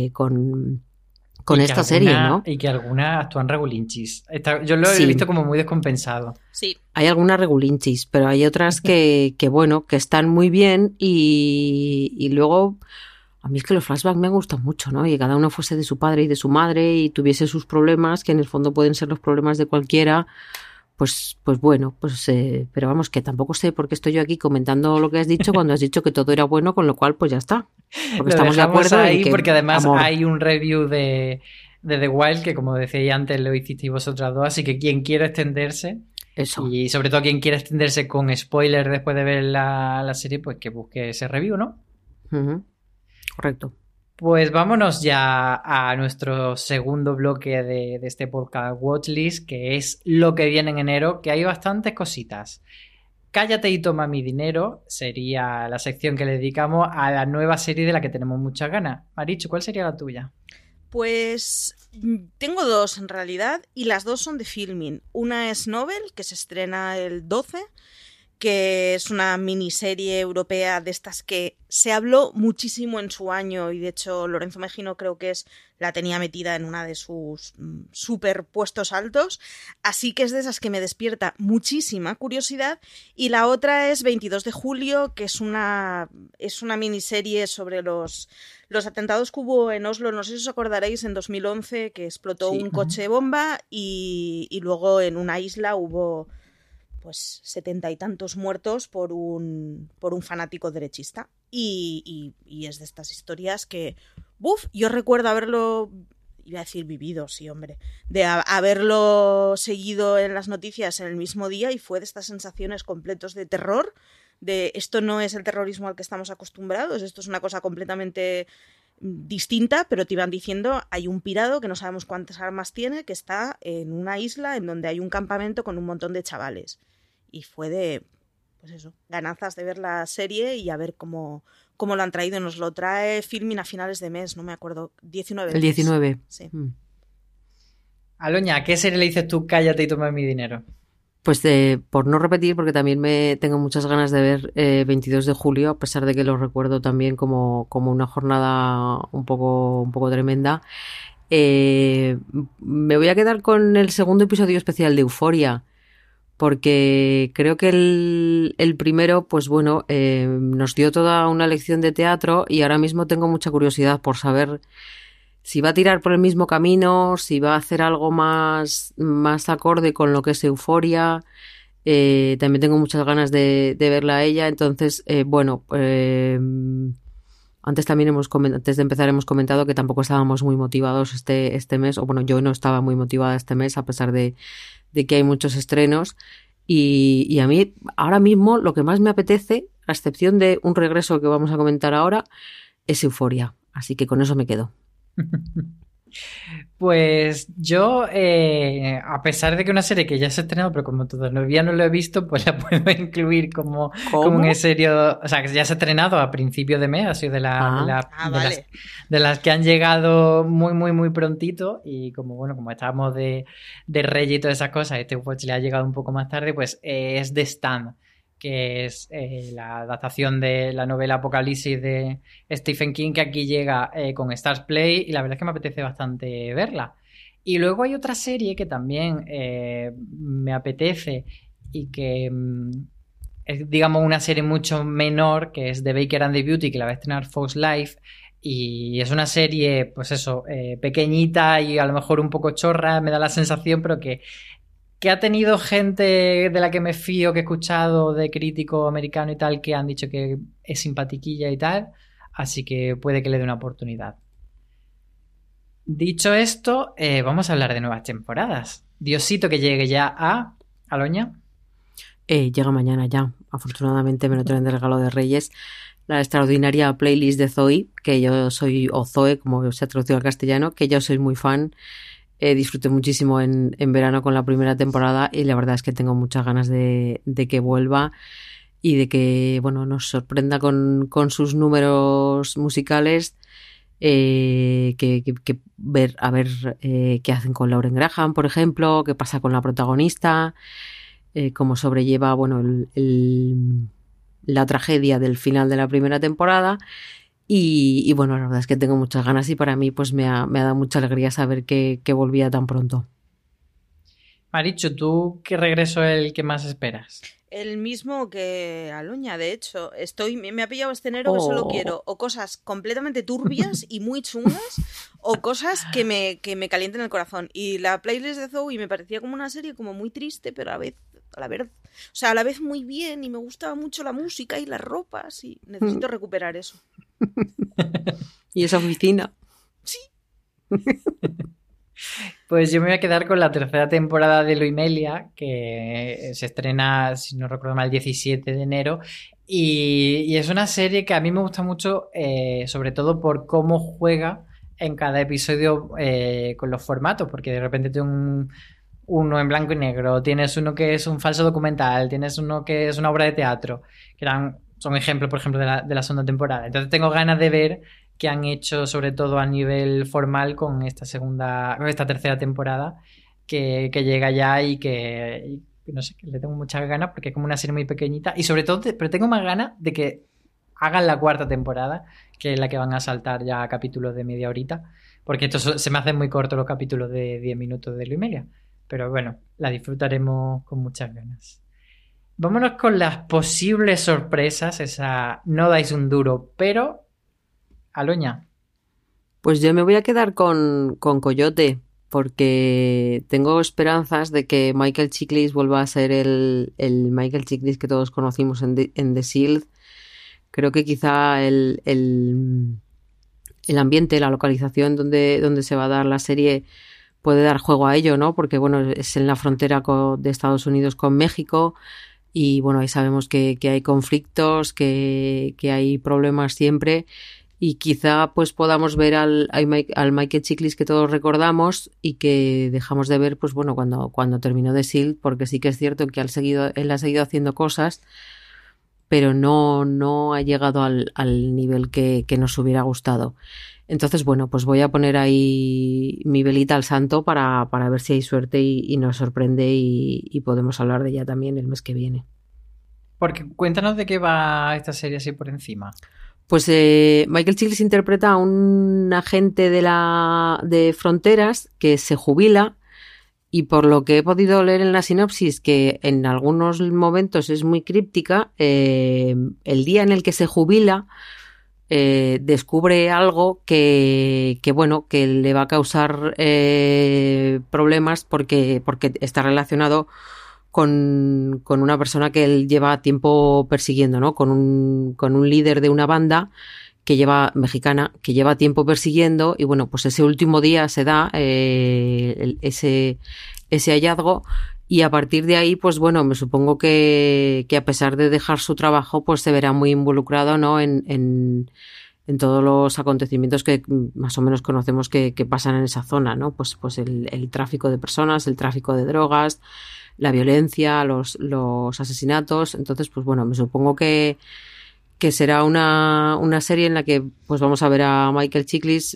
Speaker 5: con esta serie, ¿no?
Speaker 3: Y que algunas actúan regulinchis. Yo lo he visto como muy descompensado.
Speaker 4: Sí.
Speaker 5: Hay algunas regulinchis, pero hay otras que bueno, que están muy bien, y luego a mí es que los flashbacks me han gustado mucho, ¿no? Y cada uno fuese de su padre y de su madre y tuviese sus problemas, que en el fondo pueden ser los problemas de cualquiera. Pues bueno, pero vamos, que tampoco sé por qué estoy yo aquí comentando lo que has dicho cuando has dicho que todo era bueno, con lo cual pues ya está. Porque estamos de acuerdo
Speaker 3: ahí
Speaker 5: en que,
Speaker 3: porque además
Speaker 5: amor.
Speaker 3: hay un review de The Wild que, como decía antes, lo hicisteis vosotras dos, así que quien quiera extenderse,
Speaker 5: Eso.
Speaker 3: y sobre todo quien quiera extenderse con spoiler después de ver la serie, pues que busque ese review, ¿no?
Speaker 5: Uh-huh. Correcto.
Speaker 3: Pues vámonos ya a nuestro segundo bloque de este podcast Watchlist, que es lo que viene en enero, que hay bastantes cositas. Cállate y toma mi dinero sería la sección que le dedicamos a la nueva serie de la que tenemos muchas ganas. Marichu, ¿cuál sería la tuya?
Speaker 4: Pues tengo dos en realidad, y las dos son de Filmin. Una es Nobel, que se estrena el 12, que es una miniserie europea de estas que se habló muchísimo en su año, y de hecho Lorenzo Mejino creo que la tenía metida en una de sus super puestos altos, así que es de esas que me despierta muchísima curiosidad. Y la otra es 22 de julio, que es una miniserie sobre los atentados que hubo en Oslo, no sé si os acordaréis, en 2011, que explotó un coche bomba y luego en una isla hubo pues 70 y tantos muertos por un fanático derechista. Y es de estas historias que, yo recuerdo haberlo iba a decir vivido, sí, hombre, de haberlo seguido en las noticias en el mismo día, y fue de estas sensaciones completos de terror, de esto no es el terrorismo al que estamos acostumbrados, esto es una cosa completamente distinta, pero te iban diciendo, hay un pirado que no sabemos cuántas armas tiene, que está en una isla en donde hay un campamento con un montón de chavales. Y fue de, pues eso, ganazas de ver la serie y a ver cómo lo han traído. Nos lo trae Filmin a finales de mes, no me acuerdo, 19.
Speaker 5: El 19.
Speaker 4: Sí.
Speaker 3: Aloña, ¿a qué serie le dices tú cállate y toma mi dinero?
Speaker 5: Pues por no repetir, porque también tengo muchas ganas de ver 22 de julio, a pesar de que lo recuerdo también como una jornada un poco tremenda. Me voy a quedar con el segundo episodio especial de Euphoria, porque creo que el primero, pues bueno, nos dio toda una lección de teatro, y ahora mismo tengo mucha curiosidad por saber si va a tirar por el mismo camino, si va a hacer algo más acorde con lo que es Euphoria. También tengo muchas ganas de verla a ella. Entonces, antes de empezar hemos comentado que tampoco estábamos muy motivados este mes, o bueno, yo no estaba muy motivada este mes, a pesar de que hay muchos estrenos. Y a mí, ahora mismo, lo que más me apetece, a excepción de un regreso que vamos a comentar ahora, es Euphoria. Así que con eso me quedo.
Speaker 3: Pues yo, a pesar de que una serie que ya se ha estrenado, pero como todavía no lo he visto, pues la puedo incluir como en serio. O sea, que ya se ha estrenado a principio de mes, ha sido de las que han llegado muy, muy, muy prontito. Y como estábamos de Reyes y todas esas cosas, pues le ha llegado un poco más tarde, pues es The Stand, que es la adaptación de la novela Apocalipsis de Stephen King, que aquí llega con Stars Play, y la verdad es que me apetece bastante verla. Y luego hay otra serie que también me apetece y que es, digamos, una serie mucho menor, que es The Baker and the Beauty, que la va a estrenar Fox Life, y es una serie, pues eso, pequeñita y a lo mejor un poco chorra, me da la sensación, pero que ha tenido gente de la que me fío, que he escuchado de crítico americano y tal, que han dicho que es simpatiquilla y tal, así que puede que le dé una oportunidad. Dicho esto, vamos a hablar de nuevas temporadas. Diosito que llegue ya a Aloña.
Speaker 5: Llega mañana ya, afortunadamente me lo traen de regalo de Reyes, la extraordinaria playlist de Zoe, que yo soy, o Zoe, como se ha traducido al castellano, que yo soy muy fan. Disfruté muchísimo en verano con la primera temporada, y la verdad es que tengo muchas ganas de que vuelva y de que, bueno, nos sorprenda con sus números musicales, que ver qué hacen con Lauren Graham, por ejemplo, qué pasa con la protagonista, cómo sobrelleva, bueno, la tragedia del final de la primera temporada. Y bueno, la verdad es que tengo muchas ganas, y para mí pues me ha dado mucha alegría saber que volvía tan pronto.
Speaker 3: Marichu, ¿tú qué regreso es el que más esperas?
Speaker 4: El mismo que Aloña, de hecho. Me ha pillado este enero que solo quiero o cosas completamente turbias y muy chungas, o cosas que me calienten el corazón. Y la playlist de Zoe me parecía como una serie como muy triste, pero a la vez muy bien, y me gustaba mucho la música y las ropas, y necesito recuperar eso.
Speaker 5: ¿Y esa oficina?
Speaker 4: Sí.
Speaker 3: Pues yo me voy a quedar con la tercera temporada de Loimelia, que se estrena, si no recuerdo mal, el 17 de enero. Y es una serie que a mí me gusta mucho, sobre todo por cómo juega en cada episodio con los formatos, porque de repente tengo uno en blanco y negro, tienes uno que es un falso documental, tienes uno que es una obra de teatro, que son ejemplos, por ejemplo, de la segunda temporada. Entonces tengo ganas de ver qué han hecho, sobre todo a nivel formal, con esta tercera temporada que llega ya, y que no sé, que le tengo muchas ganas, porque es como una serie muy pequeñita, y sobre todo, pero tengo más ganas de que hagan la cuarta temporada, que es la que van a saltar ya a capítulos de media horita, porque esto se me hacen muy cortos los capítulos de 10 minutos de Loimelia. Pero bueno, la disfrutaremos con muchas ganas. Vámonos con las posibles sorpresas. Esa no dais un duro, pero... Aloña.
Speaker 5: Pues yo me voy a quedar con Coyote, porque tengo esperanzas de que Michael Chiklis vuelva a ser el Michael Chiklis que todos conocimos en The Shield. Creo que quizá el el ambiente, la localización donde se va a dar la serie puede dar juego a ello, ¿no? Porque, bueno, es en la frontera de Estados Unidos con México y, bueno, ahí sabemos que hay conflictos, que hay problemas siempre y quizá pues podamos ver al Michael Chiklis que todos recordamos y que dejamos de ver, pues bueno, cuando terminó The S.H.I.E.L.D., porque sí que es cierto que él ha seguido haciendo cosas, pero no ha llegado al nivel que nos hubiera gustado. Entonces, bueno, pues voy a poner ahí mi velita al santo para ver si hay suerte y nos sorprende y podemos hablar de ella también el mes que viene.
Speaker 3: Porque cuéntanos de qué va esta serie así por encima.
Speaker 5: Pues Michael Chiklis interpreta a un agente de fronteras que se jubila y por lo que he podido leer en la sinopsis, que en algunos momentos es muy críptica, el día en el que se jubila descubre algo que le va a causar problemas porque está relacionado con una persona que él lleva tiempo persiguiendo, ¿no? Con un líder de una banda mexicana que lleva tiempo persiguiendo y bueno, pues ese último día se da ese hallazgo y a partir de ahí, pues bueno, me supongo que a pesar de dejar su trabajo, pues se verá muy involucrado, ¿no? En todos los acontecimientos que más o menos conocemos que pasan en esa zona, ¿no? Pues el tráfico de personas, el tráfico de drogas, la violencia, los asesinatos. Entonces, pues bueno, me supongo que será una serie en la que pues vamos a ver a Michael Chiklis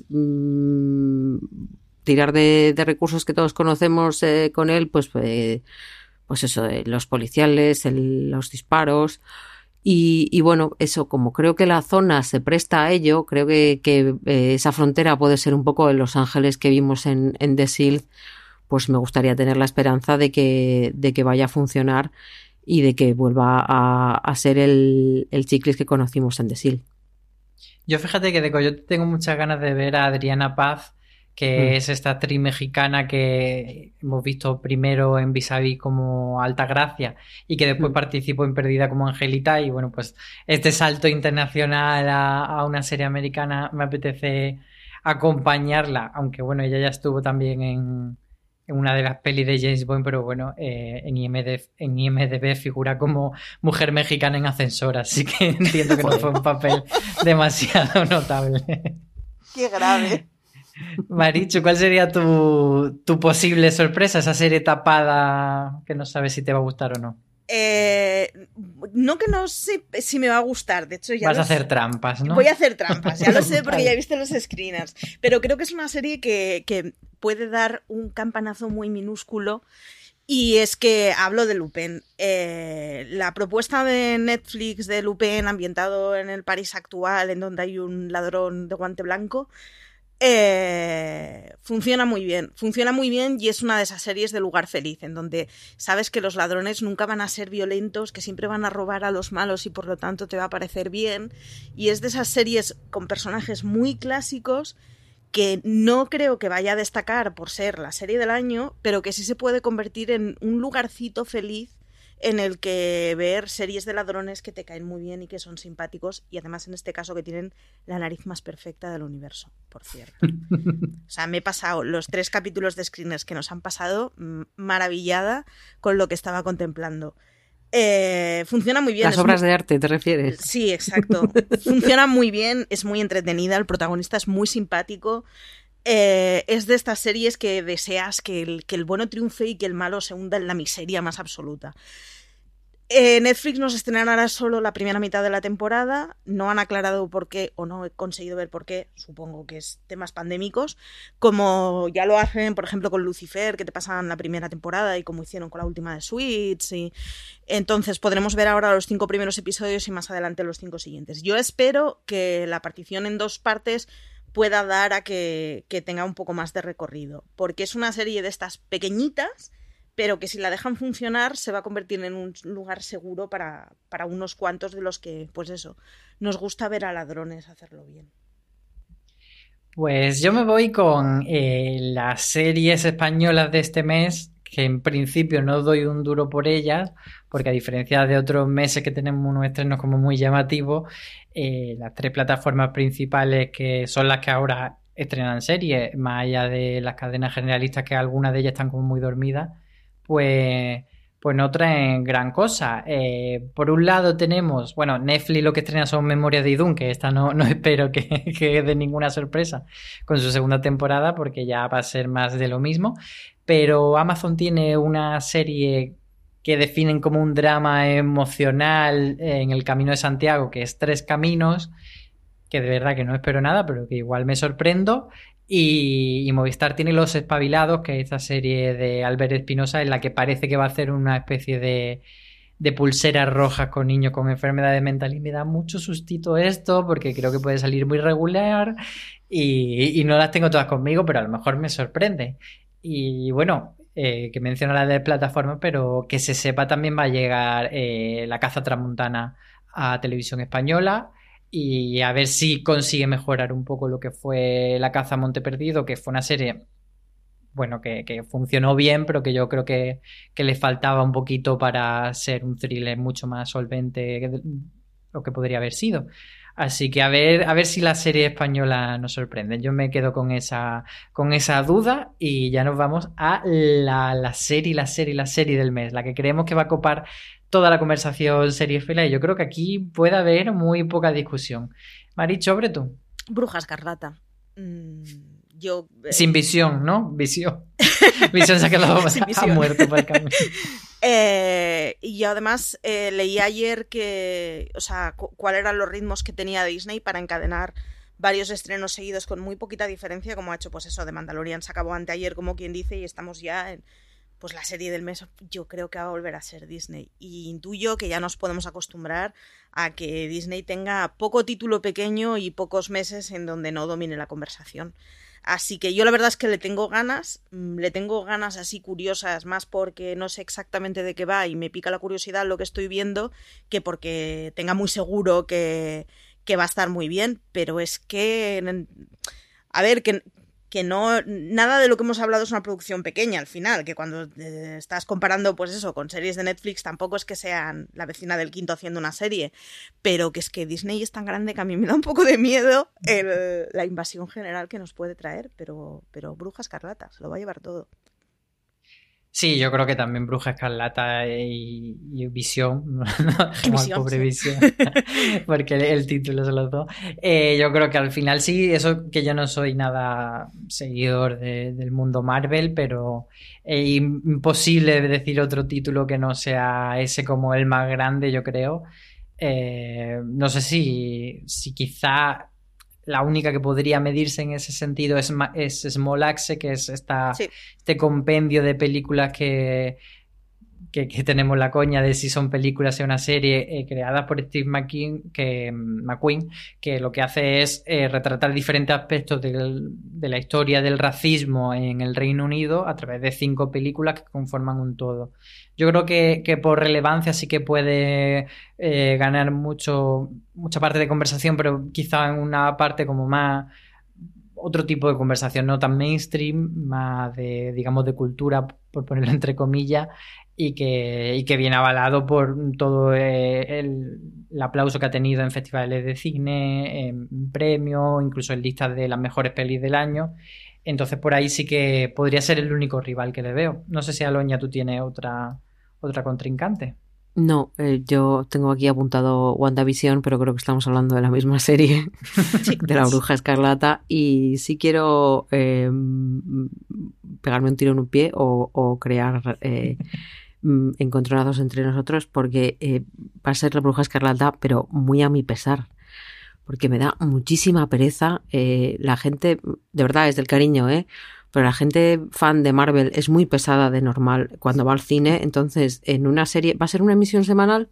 Speaker 5: tirar de recursos que todos conocemos con él, pues eso, los policiales, los disparos. Y bueno, eso, como creo que la zona se presta a ello, creo que esa frontera puede ser un poco en Los Ángeles que vimos en The S.H.I.E.L.D., pues me gustaría tener la esperanza de que vaya a funcionar y de que vuelva a ser el Chiklis que conocimos en The S.H.I.E.L.D.
Speaker 3: Yo fíjate que de Coyote tengo muchas ganas de ver a Adriana Paz, que es esta actriz mexicana que hemos visto primero en Vis-a-Vis como Altagracia y que después participó en Perdida como Angelita y bueno, pues este salto internacional a una serie americana me apetece acompañarla, aunque bueno, ella ya estuvo también en una de las pelis de James Bond, pero bueno, en IMDb figura como mujer mexicana en ascensor, así que entiendo que no fue un papel demasiado notable.
Speaker 4: ¡Qué grave!
Speaker 3: Marichu, ¿cuál sería tu posible sorpresa? Esa serie tapada que no sabes si te va a gustar o no.
Speaker 4: No, que no sé si me va a gustar. De hecho, ya
Speaker 3: vas a hacer trampas, ¿no?
Speaker 4: Voy a hacer trampas, ya lo sé porque ya he visto los screeners. Pero creo que es una serie que puede dar un campanazo muy minúsculo. Y es que hablo de Lupin. La propuesta de Netflix de Lupin ambientado en el París actual, en donde hay un ladrón de guante blanco, funciona muy bien y es una de esas series de lugar feliz en donde sabes que los ladrones nunca van a ser violentos, que siempre van a robar a los malos y por lo tanto te va a parecer bien, y es de esas series con personajes muy clásicos que no creo que vaya a destacar por ser la serie del año, pero que sí se puede convertir en un lugarcito feliz en el que ver series de ladrones que te caen muy bien y que son simpáticos, y además en este caso que tienen la nariz más perfecta del universo, por cierto. O sea, me he pasado los 3 capítulos de screeners que nos han pasado maravillada con lo que estaba contemplando. Funciona muy bien.
Speaker 5: Las obras de arte, ¿te refieres?
Speaker 4: Sí, exacto. Funciona muy bien, es muy entretenida, el protagonista es muy simpático. Es de estas series que deseas que el bueno triunfe y que el malo se hunda en la miseria más absoluta. Netflix nos estrenará solo la primera mitad de la temporada. No han aclarado por qué, o no he conseguido ver por qué. Supongo que es temas pandémicos, como ya lo hacen, por ejemplo, con Lucifer, que te pasan la primera temporada, y como hicieron con la última de Suits. Y entonces podremos ver ahora los 5 primeros episodios y más adelante los 5 siguientes. Yo espero que la partición en 2 partes pueda dar a que tenga un poco más de recorrido, porque es una serie de estas pequeñitas, pero que si la dejan funcionar se va a convertir en un lugar seguro para unos cuantos de los que, pues eso, nos gusta ver a ladrones hacerlo bien.
Speaker 3: Pues yo me voy con las series españolas de este mes, que en principio no doy un duro por ellas, porque a diferencia de otros meses que tenemos unos estrenos como muy llamativos, las 3 plataformas principales que son las que ahora estrenan series, más allá de las cadenas generalistas que algunas de ellas están como muy dormidas, pues no traen gran cosa. Por un lado tenemos, bueno, Netflix lo que estrena son Memorias de Idún, que esta no espero que dé ninguna sorpresa con su segunda temporada, porque ya va a ser más de lo mismo, pero Amazon tiene una serie que definen como un drama emocional en el Camino de Santiago, que es 3 caminos, que de verdad que no espero nada, pero que igual me sorprendo. Y Movistar tiene Los Espabilados, que es esta serie de Albert Espinosa en la que parece que va a hacer una especie de pulseras rojas con niños con enfermedades mentales. Y me da mucho sustito esto porque creo que puede salir muy regular y no las tengo todas conmigo, pero a lo mejor me sorprende. Y bueno, que menciona la de plataforma, pero que se sepa también va a llegar La Caza Tramuntana a Televisión Española. Y a ver si consigue mejorar un poco lo que fue La Caza a Monte Perdido, que fue una serie, bueno, que funcionó bien, pero que yo creo que le faltaba un poquito para ser un thriller mucho más solvente que lo que podría haber sido. Así que a ver si la serie española nos sorprende. Yo me quedo con esa duda y ya nos vamos a la serie del mes, la que creemos que va a copar toda la conversación seriéfila, y yo creo que aquí puede haber muy poca discusión. Maricho, sobre tú.
Speaker 4: Bruja Escarlata.
Speaker 3: Sin visión, ¿no? Visión. Visión se ha quedado ha muerto por el camino.
Speaker 4: Y yo además leí ayer que, o sea, cuáles eran los ritmos que tenía Disney para encadenar varios estrenos seguidos con muy poquita diferencia, como ha hecho pues eso de Mandalorian. Se acabó anteayer, como quien dice, y estamos ya en pues la serie del mes. Yo creo que va a volver a ser Disney, y intuyo que ya nos podemos acostumbrar a que Disney tenga poco título pequeño y pocos meses en donde no domine la conversación. Así que yo la verdad es que le tengo ganas así curiosas, más porque no sé exactamente de qué va y me pica la curiosidad lo que estoy viendo, que porque tenga muy seguro que va a estar muy bien. Pero es que, a ver, que no, nada de lo que hemos hablado es una producción pequeña al final, que cuando estás comparando pues eso con series de Netflix tampoco es que sean La Vecina del Quinto haciendo una serie, pero que es que Disney es tan grande que a mí me da un poco de miedo la invasión general que nos puede traer, pero Bruja Escarlata se lo va a llevar todo.
Speaker 3: Sí, yo creo que también Bruja Escarlata y Visión, no
Speaker 4: Visión,
Speaker 3: pobre
Speaker 4: sí.
Speaker 3: Visión, porque el título se los dos. Yo creo que al final sí, eso que yo no soy nada seguidor del mundo Marvel, pero es imposible decir otro título que no sea ese como el más grande, yo creo. No sé si quizá la única que podría medirse en ese sentido es Small Axe, que es este compendio de películas que tenemos la coña de si son películas o una serie, creadas por Steve McQueen, que lo que hace es retratar diferentes aspectos de la historia del racismo en el Reino Unido a través de 5 películas que conforman un todo. Yo creo que por relevancia sí que puede ganar mucha parte de conversación, pero quizá en una parte como más otro tipo de conversación, no tan mainstream, más de, digamos, de cultura, por ponerlo entre comillas, y que viene avalado por todo el aplauso que ha tenido en festivales de cine, en premios, incluso en listas de las mejores pelis del año. Entonces por ahí sí que podría ser el único rival que le veo. No sé si, Aloña, tú tienes otra contrincante.
Speaker 5: No, yo tengo aquí apuntado WandaVision, pero creo que estamos hablando de la misma serie, de la Bruja Escarlata, y sí quiero pegarme un tiro en un pie o crear encontronazos entre nosotros, porque va a ser la Bruja Escarlata, pero muy a mi pesar, porque me da muchísima pereza. La gente, de verdad, es del cariño, pero la gente fan de Marvel es muy pesada de normal cuando va al cine. Entonces, en una serie, ¿va a ser una emisión semanal?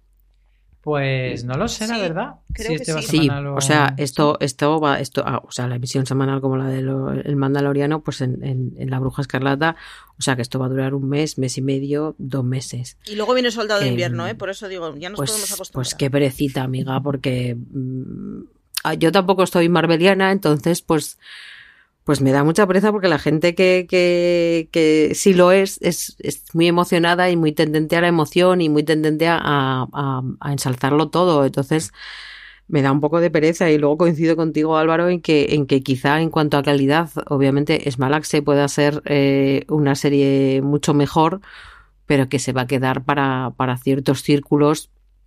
Speaker 3: Pues no lo sé, la verdad.
Speaker 4: Creo que sí.
Speaker 5: Sí, o sea, esto va, o sea, la emisión semanal como la del Mandaloriano, pues en La Bruja Escarlata, o sea, que esto va a durar un mes, mes y medio, 2 meses.
Speaker 4: Y luego viene Soldado de Invierno, por eso digo, ya nos podemos acostumbrar.
Speaker 5: Pues qué perecita, amiga, porque yo tampoco estoy marveliana, entonces, pues pues me da mucha pereza porque la gente que sí lo es muy emocionada y muy tendente a la emoción y muy tendente a ensalzarlo todo. Entonces me da un poco de pereza y luego coincido contigo, Álvaro, en que quizá en cuanto a calidad, obviamente Smalaxe pueda ser una serie mucho mejor, pero que se va a quedar para ciertos círculos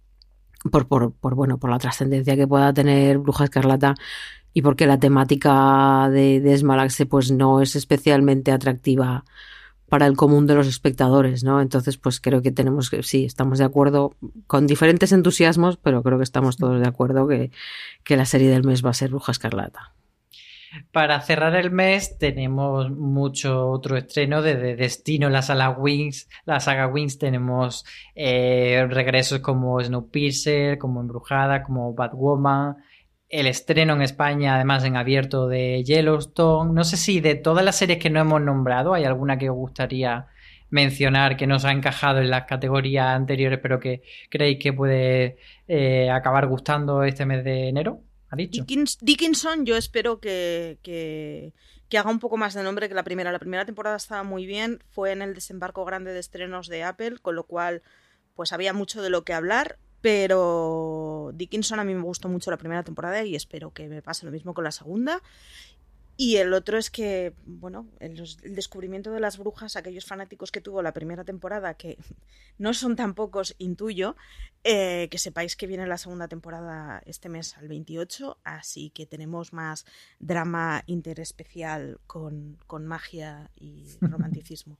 Speaker 5: por la trascendencia que pueda tener Bruja Escarlata y porque la temática de Smalaxe pues no es especialmente atractiva para el común de los espectadores, ¿no? Entonces, pues creo que estamos de acuerdo con diferentes entusiasmos, pero creo que estamos todos de acuerdo que la serie del mes va a ser Bruja Escarlata.
Speaker 3: Para cerrar el mes tenemos mucho otro estreno de Destino, la saga Wings. La saga Wings tenemos regresos como Snowpiercer, como Embrujada, como Batwoman. El estreno en España, además en abierto, de Yellowstone. No sé si de todas las series que no hemos nombrado hay alguna que os gustaría mencionar que nos ha encajado en las categorías anteriores, pero que creéis que puede acabar gustando este mes de enero. ¿Ha dicho?
Speaker 4: Dickinson, yo espero que haga un poco más de nombre que la primera. La primera temporada estaba muy bien, fue en el desembarco grande de estrenos de Apple, con lo cual pues había mucho de lo que hablar, pero Dickinson a mí me gustó mucho la primera temporada y espero que me pase lo mismo con la segunda. Y el otro es que, bueno, el descubrimiento de las brujas, aquellos fanáticos que tuvo la primera temporada, que no son tan pocos, intuyo, que sepáis que viene la segunda temporada este mes al 28, así que tenemos más drama interespecial con magia y romanticismo.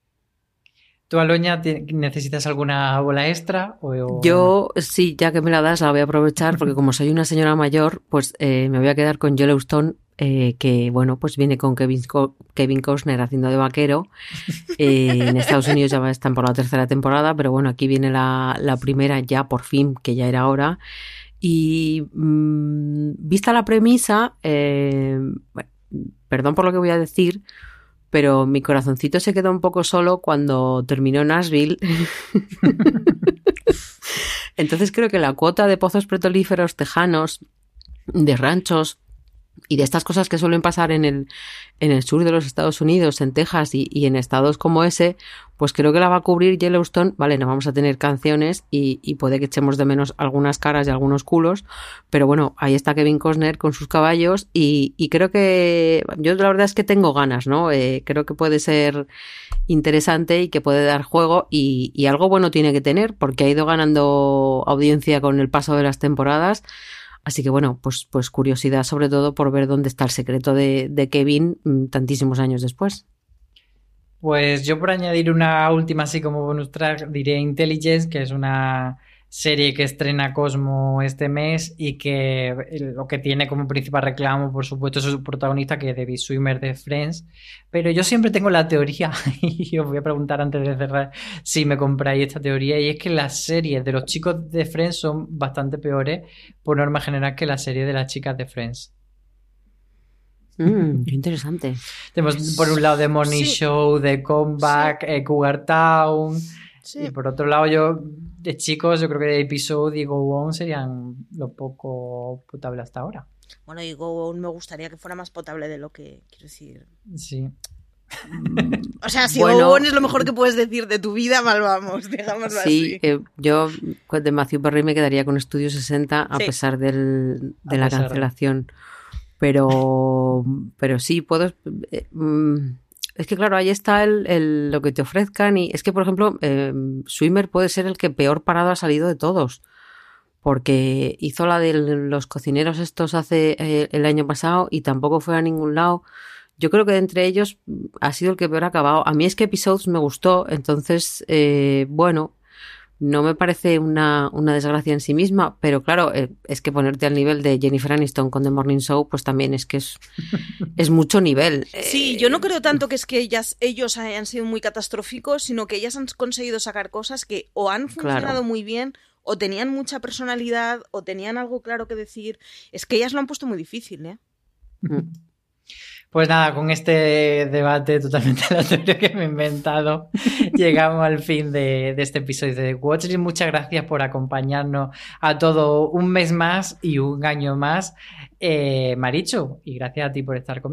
Speaker 3: ¿Tú, Aloña, necesitas alguna bola extra?
Speaker 5: Yo, sí, ya que me la das, la voy a aprovechar, porque como soy una señora mayor, pues me voy a quedar con Yellowstone, que bueno, pues viene con Kevin Costner haciendo de vaquero. En Estados Unidos ya están por la tercera temporada, pero bueno, aquí viene la primera ya por fin, que ya era hora. Y vista la premisa, bueno, perdón por lo que voy a decir, pero mi corazoncito se quedó un poco solo cuando terminó Nashville. Entonces creo que la cuota de pozos petrolíferos tejanos, de ranchos y de estas cosas que suelen pasar en el sur de los Estados Unidos, en Texas y en estados como ese, pues creo que la va a cubrir Yellowstone. Vale, no vamos a tener canciones y puede que echemos de menos algunas caras y algunos culos, pero bueno, ahí está Kevin Costner con sus caballos y creo que yo la verdad es que tengo ganas, ¿no? Creo que puede ser interesante y que puede dar juego y algo bueno tiene que tener porque ha ido ganando audiencia con el paso de las temporadas. Así que bueno, pues curiosidad sobre todo por ver dónde está el secreto de Kevin tantísimos años después.
Speaker 3: Pues yo por añadir una última así como bonus track diré Intelligence, que es una serie que estrena Cosmo este mes y que lo que tiene como principal reclamo, por supuesto, es su protagonista, que es David Schwimmer de Friends. Pero yo siempre tengo la teoría, y os voy a preguntar antes de cerrar si me compráis esta teoría, y es que las series de los chicos de Friends son bastante peores, por norma general, que las series de las chicas de Friends.
Speaker 5: Qué interesante.
Speaker 3: Tenemos por un lado The Morning Show, The Comeback, Cougar Town. Sí. Y por otro lado, yo de chicos, yo creo que de Episode y Go On serían lo poco potable hasta ahora.
Speaker 4: Bueno, y Go On me gustaría que fuera más potable de lo que quiero decir.
Speaker 3: Sí.
Speaker 4: O sea, si bueno, Go On es lo mejor que puedes decir de tu vida, mal vamos, digámoslo
Speaker 5: así. Sí, yo de Matthew Perry me quedaría con Estudio 60 a pesar de la cancelación. Pero sí, puedo... es que claro, ahí está lo que te ofrezcan y es que, por ejemplo, Schwimmer puede ser el que peor parado ha salido de todos, porque hizo la de los cocineros estos hace el año pasado y tampoco fue a ningún lado. Yo creo que de entre ellos ha sido el que peor ha acabado. A mí es que Episodes me gustó, entonces, bueno... No me parece una desgracia en sí misma, pero claro, es que ponerte al nivel de Jennifer Aniston con The Morning Show, pues también es que es mucho nivel.
Speaker 4: Sí, yo no creo tanto que es que ellos hayan sido muy catastróficos, sino que ellas han conseguido sacar cosas que o han funcionado muy bien, o tenían mucha personalidad, o tenían algo claro que decir. Es que ellas lo han puesto muy difícil, ¿eh?
Speaker 3: Pues nada, con este debate totalmente aleatorio que me he inventado, llegamos al fin de este episodio de Watchlist. Muchas gracias por acompañarnos a todo un mes más y un año más, Marichu, y gracias a ti por estar conmigo.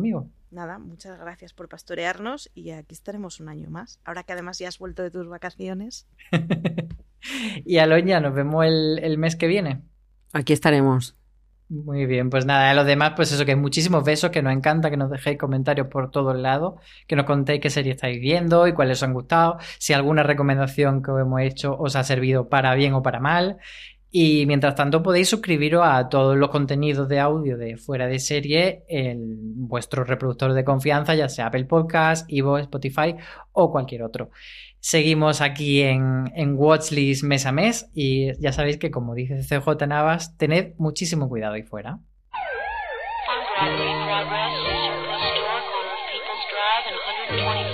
Speaker 4: nada, muchas gracias por pastorearnos y aquí estaremos un año más. Ahora que además ya has vuelto de tus vacaciones.
Speaker 3: Y Aloña, nos vemos el mes que viene.
Speaker 5: Aquí estaremos.
Speaker 3: Muy bien, pues nada, a los demás, pues eso, que muchísimos besos, que nos encanta que nos dejéis comentarios por todos lados, que nos contéis qué serie estáis viendo y cuáles os han gustado, si alguna recomendación que os hemos hecho os ha servido para bien o para mal. Y mientras tanto podéis suscribiros a todos los contenidos de audio de Fuera de Serie en vuestro reproductor de confianza, ya sea Apple Podcast, iVoox, Spotify o cualquier otro. Seguimos aquí en Watchlist mes a mes y ya sabéis que, como dice CJ Navas, tened muchísimo cuidado ahí fuera.
Speaker 6: On Broadway, Progress is your drugstore corner of People's Drive and 120